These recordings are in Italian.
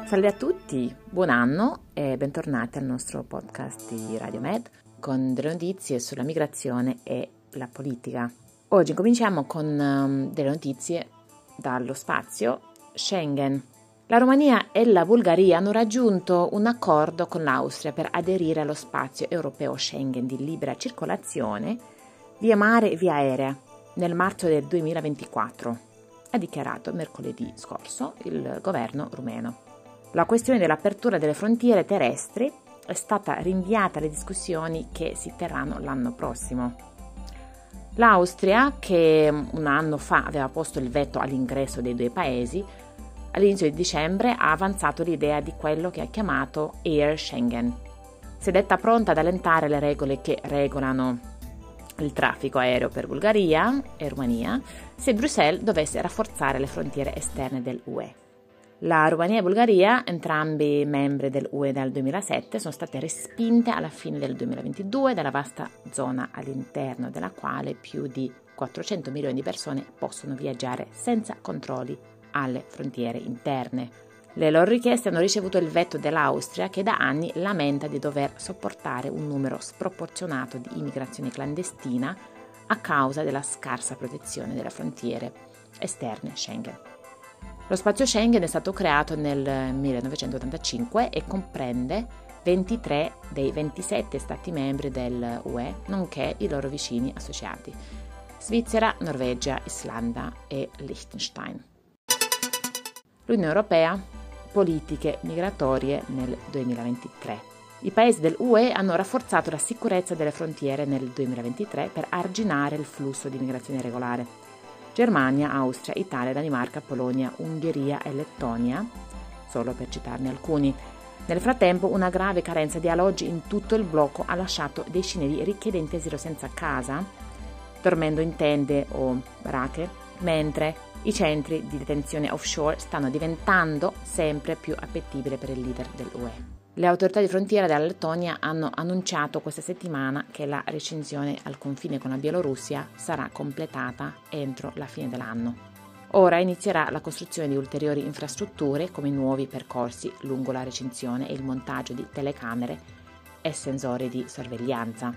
Salve a tutti, buon anno e bentornati al nostro podcast di Radio Med con delle notizie sulla migrazione e la politica. Oggi cominciamo con delle notizie dallo spazio Schengen. La Romania e la Bulgaria hanno raggiunto un accordo con l'Austria per aderire allo spazio europeo Schengen di libera circolazione via mare e via aerea nel marzo del 2024, ha dichiarato mercoledì scorso il governo rumeno. La questione dell'apertura delle frontiere terrestri è stata rinviata alle discussioni che si terranno l'anno prossimo. L'Austria, che un anno fa aveva posto il veto all'ingresso dei due paesi, all'inizio di dicembre ha avanzato l'idea di quello che ha chiamato Air Schengen. Si è detta pronta ad allentare le regole che regolano il traffico aereo per Bulgaria e Romania se Bruxelles dovesse rafforzare le frontiere esterne dell'UE. La Romania e Bulgaria, entrambi membri dell'UE dal 2007, sono state respinte alla fine del 2022 dalla vasta zona all'interno della quale più di 400 milioni di persone possono viaggiare senza controlli alle frontiere interne. Le loro richieste hanno ricevuto il veto dell'Austria, che da anni lamenta di dover sopportare un numero sproporzionato di immigrazione clandestina a causa della scarsa protezione delle frontiere esterne Schengen. Lo spazio Schengen è stato creato nel 1985 e comprende 23 dei 27 Stati membri dell'UE, nonché i loro vicini associati: Svizzera, Norvegia, Islanda e Liechtenstein. L'Unione Europea, politiche migratorie nel 2023. I paesi dell'UE hanno rafforzato la sicurezza delle frontiere nel 2023 per arginare il flusso di migrazione regolare. Germania, Austria, Italia, Danimarca, Polonia, Ungheria e Lettonia, solo per citarne alcuni. Nel frattempo, una grave carenza di alloggi in tutto il blocco ha lasciato decine di richiedenti asilo senza casa, dormendo in tende o baracche, mentre i centri di detenzione offshore stanno diventando sempre più appetibili per il leader dell'UE. Le autorità di frontiera della Lettonia hanno annunciato questa settimana che la recinzione al confine con la Bielorussia sarà completata entro la fine dell'anno. Ora inizierà la costruzione di ulteriori infrastrutture come nuovi percorsi lungo la recinzione e il montaggio di telecamere e sensori di sorveglianza.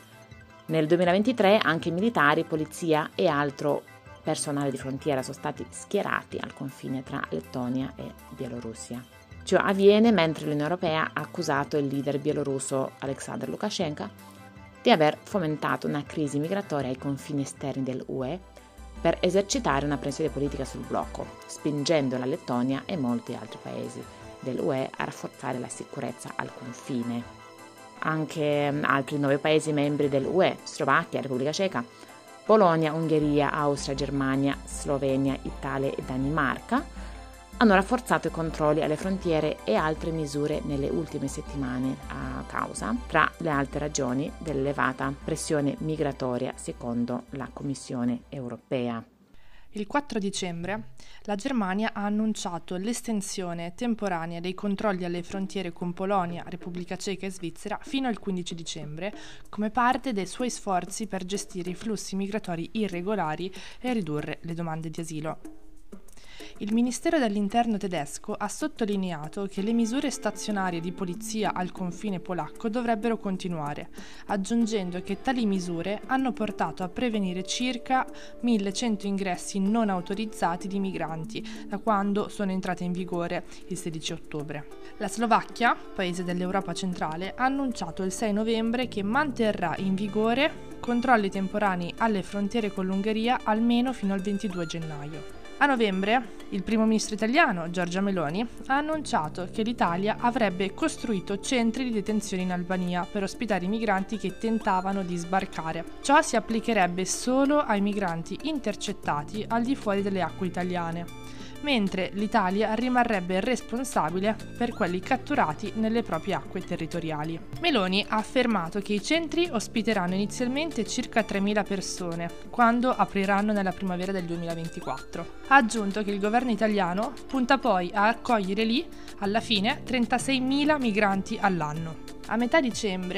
Nel 2023 anche militari, polizia e altro personale di frontiera sono stati schierati al confine tra Lettonia e Bielorussia. Ciò avviene mentre l'Unione Europea ha accusato il leader bielorusso Alexander Lukashenko di aver fomentato una crisi migratoria ai confini esterni dell'UE per esercitare una pressione politica sul blocco, spingendo la Lettonia e molti altri paesi dell'UE a rafforzare la sicurezza al confine. Anche altri 9 paesi membri dell'UE, Slovacchia, Repubblica Ceca, Polonia, Ungheria, Austria, Germania, Slovenia, Italia e Danimarca, hanno rafforzato i controlli alle frontiere e altre misure nelle ultime settimane a causa, tra le altre ragioni, dell'elevata pressione migratoria secondo la Commissione europea. Il 4 dicembre la Germania ha annunciato l'estensione temporanea dei controlli alle frontiere con Polonia, Repubblica Ceca e Svizzera fino al 15 dicembre come parte dei suoi sforzi per gestire i flussi migratori irregolari e ridurre le domande di asilo. Il Ministero dell'Interno tedesco ha sottolineato che le misure stazionarie di polizia al confine polacco dovrebbero continuare, aggiungendo che tali misure hanno portato a prevenire circa 1.100 ingressi non autorizzati di migranti da quando sono entrate in vigore il 16 ottobre. La Slovacchia, paese dell'Europa centrale, ha annunciato il 6 novembre che manterrà in vigore controlli temporanei alle frontiere con l'Ungheria almeno fino al 22 gennaio. A novembre, il primo ministro italiano, Giorgia Meloni, ha annunciato che l'Italia avrebbe costruito centri di detenzione in Albania per ospitare i migranti che tentavano di sbarcare. Ciò si applicherebbe solo ai migranti intercettati al di fuori delle acque italiane, mentre l'Italia rimarrebbe responsabile per quelli catturati nelle proprie acque territoriali. Meloni ha affermato che i centri ospiteranno inizialmente circa 3.000 persone, quando apriranno nella primavera del 2024. Ha aggiunto che il governo italiano punta poi a accogliere lì, alla fine, 36.000 migranti all'anno. A metà dicembre,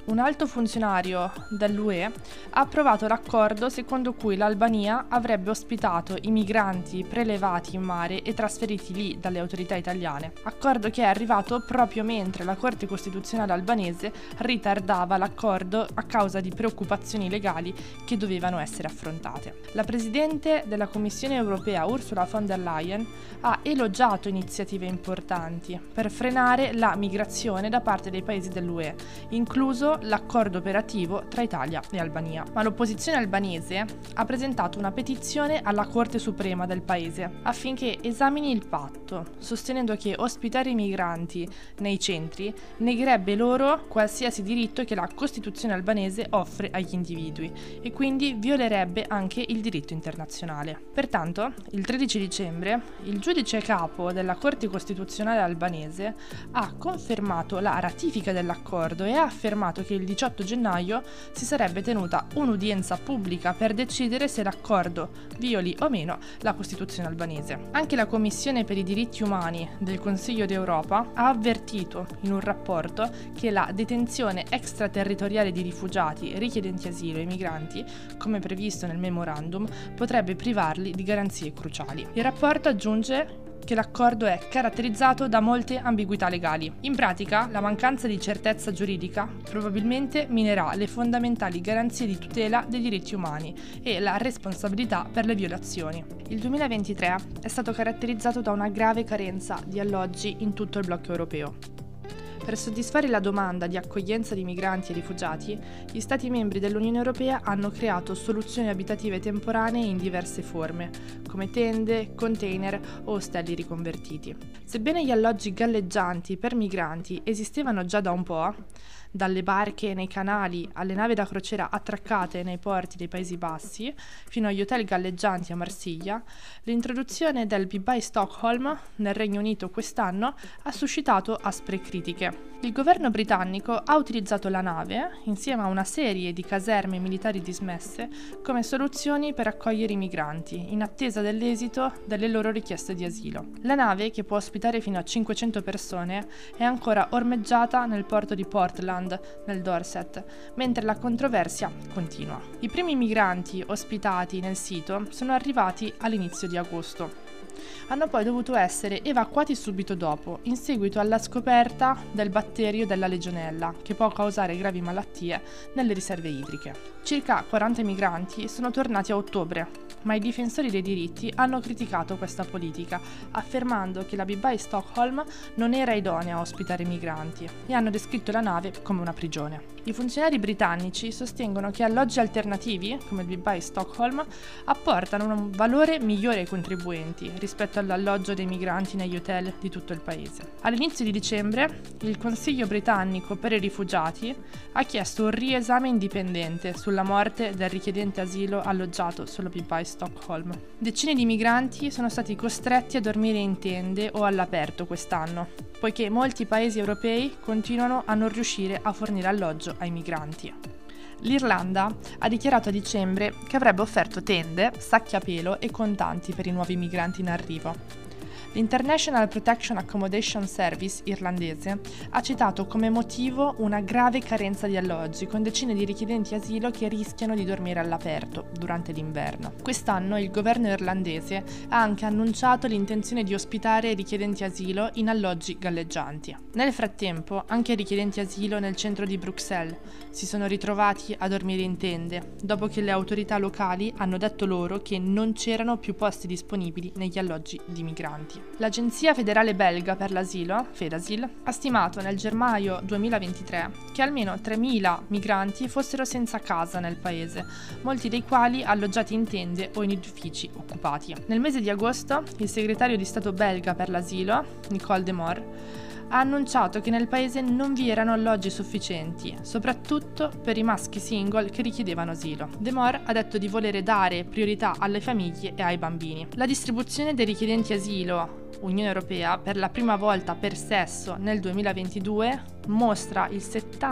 un alto funzionario dell'UE ha approvato l'accordo secondo cui l'Albania avrebbe ospitato i migranti prelevati in mare e trasferiti lì dalle autorità italiane. Accordo che è arrivato proprio mentre la Corte Costituzionale albanese ritardava l'accordo a causa di preoccupazioni legali che dovevano essere affrontate. La Presidente della Commissione europea Ursula von der Leyen ha elogiato iniziative importanti per frenare la migrazione da parte dei paesi dell'UE, incluso l'accordo operativo tra Italia e Albania. Ma l'opposizione albanese ha presentato una petizione alla Corte Suprema del paese affinché esamini il patto, sostenendo che ospitare i migranti nei centri negherebbe loro qualsiasi diritto che la Costituzione albanese offre agli individui e quindi violerebbe anche il diritto internazionale. Pertanto, il 13 dicembre, il giudice capo della Corte Costituzionale albanese ha confermato la ratifica dell'accordo e ha affermato che il 18 gennaio si sarebbe tenuta un'udienza pubblica per decidere se l'accordo violi o meno la Costituzione albanese. Anche la Commissione per i diritti umani del Consiglio d'Europa ha avvertito in un rapporto che la detenzione extraterritoriale di rifugiati, richiedenti asilo e migranti, come previsto nel memorandum, potrebbe privarli di garanzie cruciali. Il rapporto aggiunge che l'accordo è caratterizzato da molte ambiguità legali. In pratica, la mancanza di certezza giuridica probabilmente minerà le fondamentali garanzie di tutela dei diritti umani e la responsabilità per le violazioni. Il 2023 è stato caratterizzato da una grave carenza di alloggi in tutto il blocco europeo. Per soddisfare la domanda di accoglienza di migranti e rifugiati, gli Stati membri dell'Unione Europea hanno creato soluzioni abitative temporanee in diverse forme, come tende, container o ostelli riconvertiti. Sebbene gli alloggi galleggianti per migranti esistevano già da un po', dalle barche nei canali alle navi da crociera attraccate nei porti dei Paesi Bassi, fino agli hotel galleggianti a Marsiglia, l'introduzione del Be-Bye Stockholm nel Regno Unito quest'anno ha suscitato aspre critiche. Il governo britannico ha utilizzato la nave, insieme a una serie di caserme militari dismesse, come soluzioni per accogliere i migranti, in attesa dell'esito delle loro richieste di asilo. La nave, che può ospitare fino a 500 persone, è ancora ormeggiata nel porto di Portland, nel Dorset, mentre la controversia continua. I primi migranti ospitati nel sito sono arrivati all'inizio di agosto. Hanno poi dovuto essere evacuati subito dopo, in seguito alla scoperta del batterio della legionella, che può causare gravi malattie nelle riserve idriche. Circa 40 migranti sono tornati a ottobre, ma i difensori dei diritti hanno criticato questa politica, affermando che la Be-Bye Stockholm non era idonea a ospitare migranti e hanno descritto la nave come una prigione. I funzionari britannici sostengono che alloggi alternativi, come il Be-Bye Stockholm, apportano un valore migliore ai contribuenti rispetto all'alloggio dei migranti negli hotel di tutto il paese. All'inizio di dicembre, il Consiglio britannico per i rifugiati ha chiesto un riesame indipendente sulla morte del richiedente asilo alloggiato sulla Be-Bye Stockholm. Decine di migranti sono stati costretti a dormire in tende o all'aperto quest'anno, poiché molti paesi europei continuano a non riuscire a fornire alloggio ai migranti. L'Irlanda ha dichiarato a dicembre che avrebbe offerto tende, sacchi a pelo e contanti per i nuovi migranti in arrivo. L'International Protection Accommodation Service irlandese ha citato come motivo una grave carenza di alloggi, con decine di richiedenti asilo che rischiano di dormire all'aperto durante l'inverno. Quest'anno il governo irlandese ha anche annunciato l'intenzione di ospitare i richiedenti asilo in alloggi galleggianti. Nel frattempo, anche i richiedenti asilo nel centro di Bruxelles si sono ritrovati a dormire in tende, dopo che le autorità locali hanno detto loro che non c'erano più posti disponibili negli alloggi di migranti. L'Agenzia federale belga per l'asilo, Fedasil, ha stimato nel gennaio 2023 che almeno 3.000 migranti fossero senza casa nel paese, molti dei quali alloggiati in tende o in edifici occupati. Nel mese di agosto, il segretario di Stato belga per l'asilo, Nicole Demore, ha annunciato che nel paese non vi erano alloggi sufficienti, soprattutto per i maschi single che richiedevano asilo. Demore ha detto di volere dare priorità alle famiglie e ai bambini. La distribuzione dei richiedenti asilo Unione Europea per la prima volta per sesso nel 2022 mostra il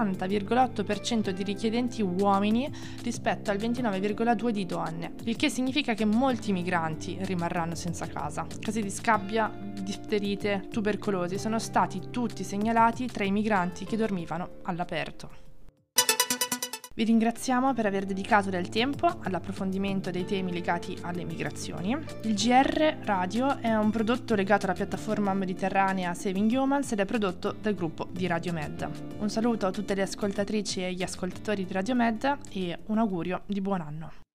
70,8% di richiedenti uomini rispetto al 29,2% di donne, il che significa che molti migranti rimarranno senza casa. Casi di scabbia, difterite, tubercolosi sono stati tutti segnalati tra i migranti che dormivano all'aperto. Vi ringraziamo per aver dedicato del tempo all'approfondimento dei temi legati alle migrazioni. Il GR Radio è un prodotto legato alla piattaforma mediterranea Saving Humans ed è prodotto dal gruppo di Radio Med. Un saluto a tutte le ascoltatrici e gli ascoltatori di Radio Med e un augurio di buon anno.